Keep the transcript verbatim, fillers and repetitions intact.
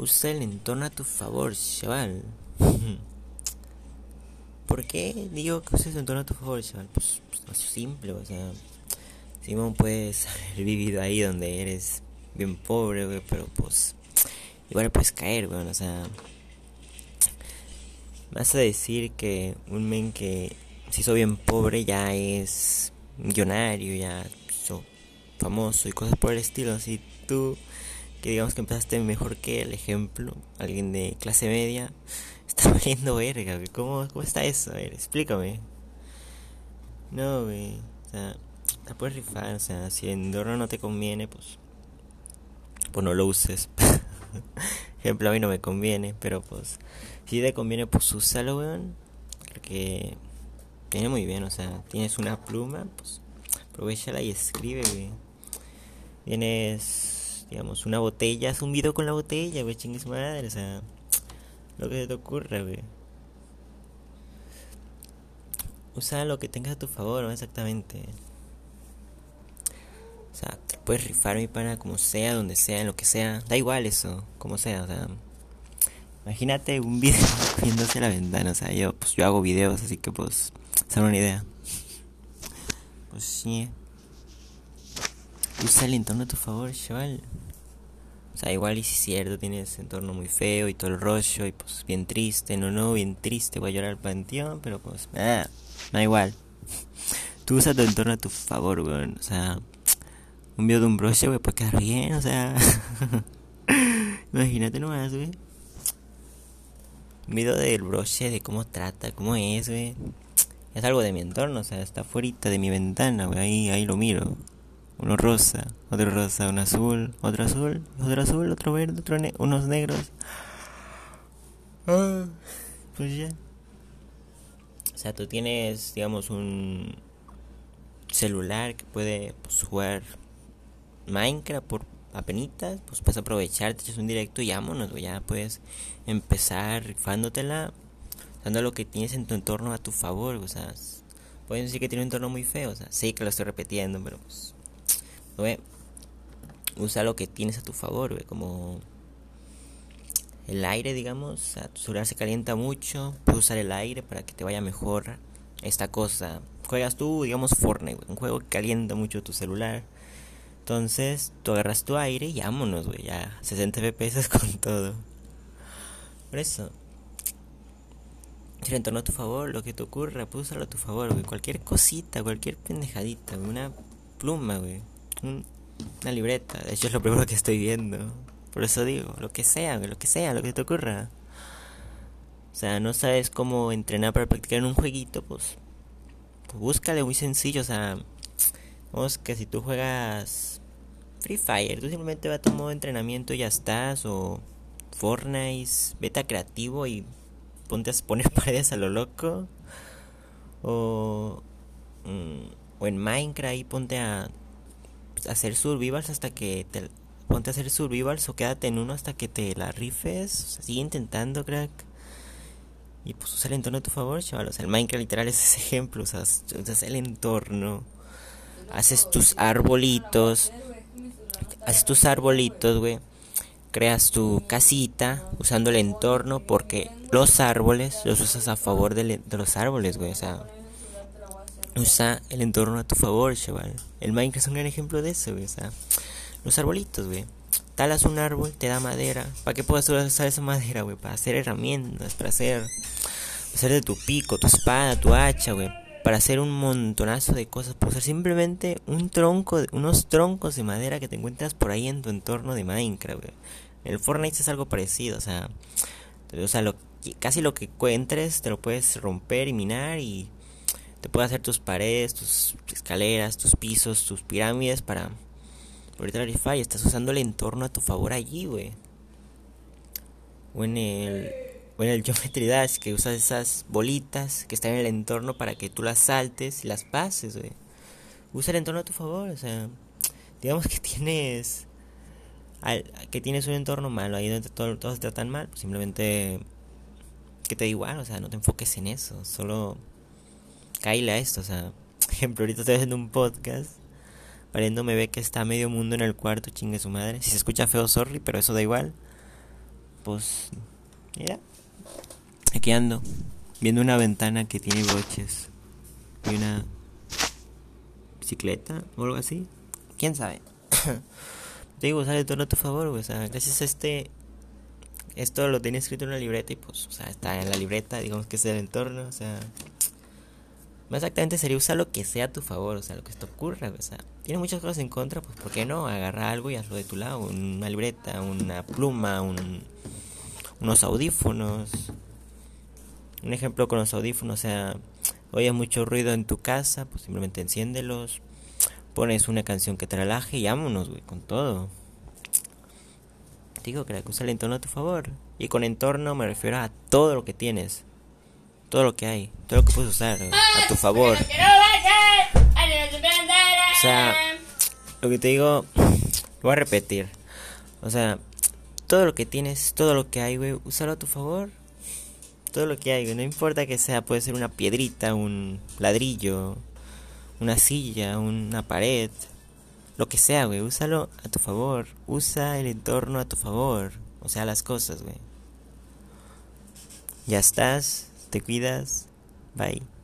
Usa el entorno a tu favor, chaval. ¿Por qué digo que uses el entorno a tu favor, chaval? Pues, pues no es simple, o sea, Simón puedes haber vivido ahí donde eres bien pobre, güey, pero pues igual puedes caer, güey, o sea, vas a decir que un men que se hizo bien pobre ya es millonario, ya hizo famoso y cosas por el estilo, así tú que digamos que empezaste mejor que el ejemplo, alguien de clase media, está valiendo verga, güey. ¿Cómo, ¿Cómo está eso? A ver, explícame. No, güey. O sea, la puedes rifar. O sea, si el entorno no te conviene, pues, pues no lo uses. Ejemplo, a mí no me conviene, pero pues, si te conviene, pues úsalo, weón. Porque viene muy bien, o sea, tienes una pluma, pues, aprovechala y escribe, güey. Tienes, digamos, una botella, haz un video con la botella, güey, chingue su madre, o sea, lo que se te ocurra, güey. Usa lo que tengas a tu favor, ¿no? Exactamente. O sea, te puedes rifar mi pana como sea, donde sea, en lo que sea. Da igual eso, como sea, o sea. Imagínate un video viéndose la ventana, o sea, yo, pues yo hago videos, así que pues, se una idea. Pues sí, usa el entorno a tu favor, chaval. O sea, igual y si es cierto, tienes entorno muy feo y todo el rollo, y pues bien triste, no, no, bien triste, voy a llorar al panteón, pero pues, ah, da igual. Tú usa tu entorno a tu favor, weón. O sea, un video de un broche, güey, puede quedar bien, o sea. Imagínate nomás, güey. Un video del broche, de cómo trata, cómo es, güey. Es algo de mi entorno, o sea, está afuera de mi ventana, güey. Ahí, ahí lo miro. Uno rosa, otro rosa, un azul, otro azul, otro azul, otro verde, otro ne unos negros. Ah, pues ya. O sea, tú tienes, digamos, un celular que puede pues, jugar Minecraft por apenitas, pues puedes aprovechar, te echas un directo y vámonos, güey, ya puedes empezar rifándotela, dando lo que tienes en tu entorno a tu favor, o sea, pueden decir que tiene un entorno muy feo, o sea, sí que lo estoy repitiendo, pero pues, güey, usa lo que tienes a tu favor, güey, como el aire, digamos, o sea, tu celular se calienta mucho, puedes usar el aire para que te vaya mejor esta cosa. Juegas tú, digamos, Fortnite, güey, un juego que calienta mucho tu celular. Entonces, tú agarras tu aire y vámonos, güey, ya sesenta F P S con todo. Por eso, si el entorno a tu favor, lo que te ocurra, puedes usarlo a tu favor, güey. Cualquier cosita, cualquier pendejadita, güey. Una pluma, güey. Un, una libreta. De hecho, es lo primero que estoy viendo. Por eso digo, lo que sea, güey, lo que sea, lo que te ocurra. O sea, no sabes cómo entrenar para practicar en un jueguito, pues, pues búscale muy sencillo, o sea, vamos que si tú juegas Free Fire, tú simplemente vas a tu modo de entrenamiento y ya estás, o Fortnite, beta creativo y ponte a poner paredes a lo loco, o, mm, o en Minecraft y ponte a, pues, a hacer survivals hasta que te, ponte a hacer survivals o quédate en uno hasta que te la rifes, o sea, sigue intentando, crack. Y pues usa el entorno a tu favor, chaval. O sea, el Minecraft literal es ese ejemplo. O sea, usas el entorno. Haces tus arbolitos. Haces tus arbolitos, güey. Creas tu casita usando el entorno porque los árboles los usas a favor de, le- de los árboles, güey. O sea, usa el entorno a tu favor, chaval. El Minecraft es un gran ejemplo de eso, güey. O sea, los arbolitos, güey. Talas un árbol, te da madera. ¿Para qué puedes usar esa madera, güey? Para hacer herramientas, para hacer hacer de tu pico, tu espada, tu hacha, güey. Para hacer un montonazo de cosas. Por usar simplemente un tronco, unos troncos de madera que te encuentras por ahí en tu entorno de Minecraft, güey. En el Fortnite es algo parecido, o sea, o sea, lo, casi lo que encuentres te lo puedes romper y minar y te puedes hacer tus paredes, tus escaleras, tus pisos, tus pirámides para ahorita la y estás usando el entorno a tu favor allí, güey. O en el o en el Geometry Dash, que usas esas bolitas que están en el entorno para que tú las saltes y las pases, güey. Usa el entorno a tu favor, o sea, digamos que tienes al, que tienes un entorno malo ahí donde todo, todo se tratan mal, pues simplemente que te da igual, o sea, no te enfoques en eso, solo cáile a esto, o sea, ejemplo, ahorita estoy haciendo un podcast, Valiendo me ve que está medio mundo en el cuarto, chingue su madre. Si se escucha feo, sorry, pero eso da igual. Pues, mira, aquí ando, viendo una ventana que tiene broches y una bicicleta o algo así. ¿Quién sabe? Te digo, usar el entorno a tu favor, güey. O sea, gracias a este... Esto lo tenía escrito en una libreta y pues, o sea, está en la libreta, digamos que es el entorno, o sea... Más exactamente sería usar lo que sea a tu favor, o sea, lo que te ocurra, güey. O sea, tiene muchas cosas en contra, pues, ¿por qué no? Agarra algo y hazlo de tu lado. Una libreta, una pluma, un, unos audífonos. Un ejemplo con los audífonos, o sea, oyes mucho ruido en tu casa, pues simplemente enciéndelos. Pones una canción que te relaje y vámonos, güey, con todo. Digo que la usa el entorno a tu favor. Y con entorno me refiero a todo lo que tienes. Todo lo que hay. Todo lo que puedes usar, güey, a tu favor. O sea, lo que te digo, lo voy a repetir. O sea, todo lo que tienes, todo lo que hay, güey, úsalo a tu favor. Todo lo que hay, güey, no importa que sea, puede ser una piedrita, un ladrillo, una silla, una pared. Lo que sea, güey, úsalo a tu favor. Usa el entorno a tu favor. O sea, las cosas, güey. Ya estás, te cuidas, bye.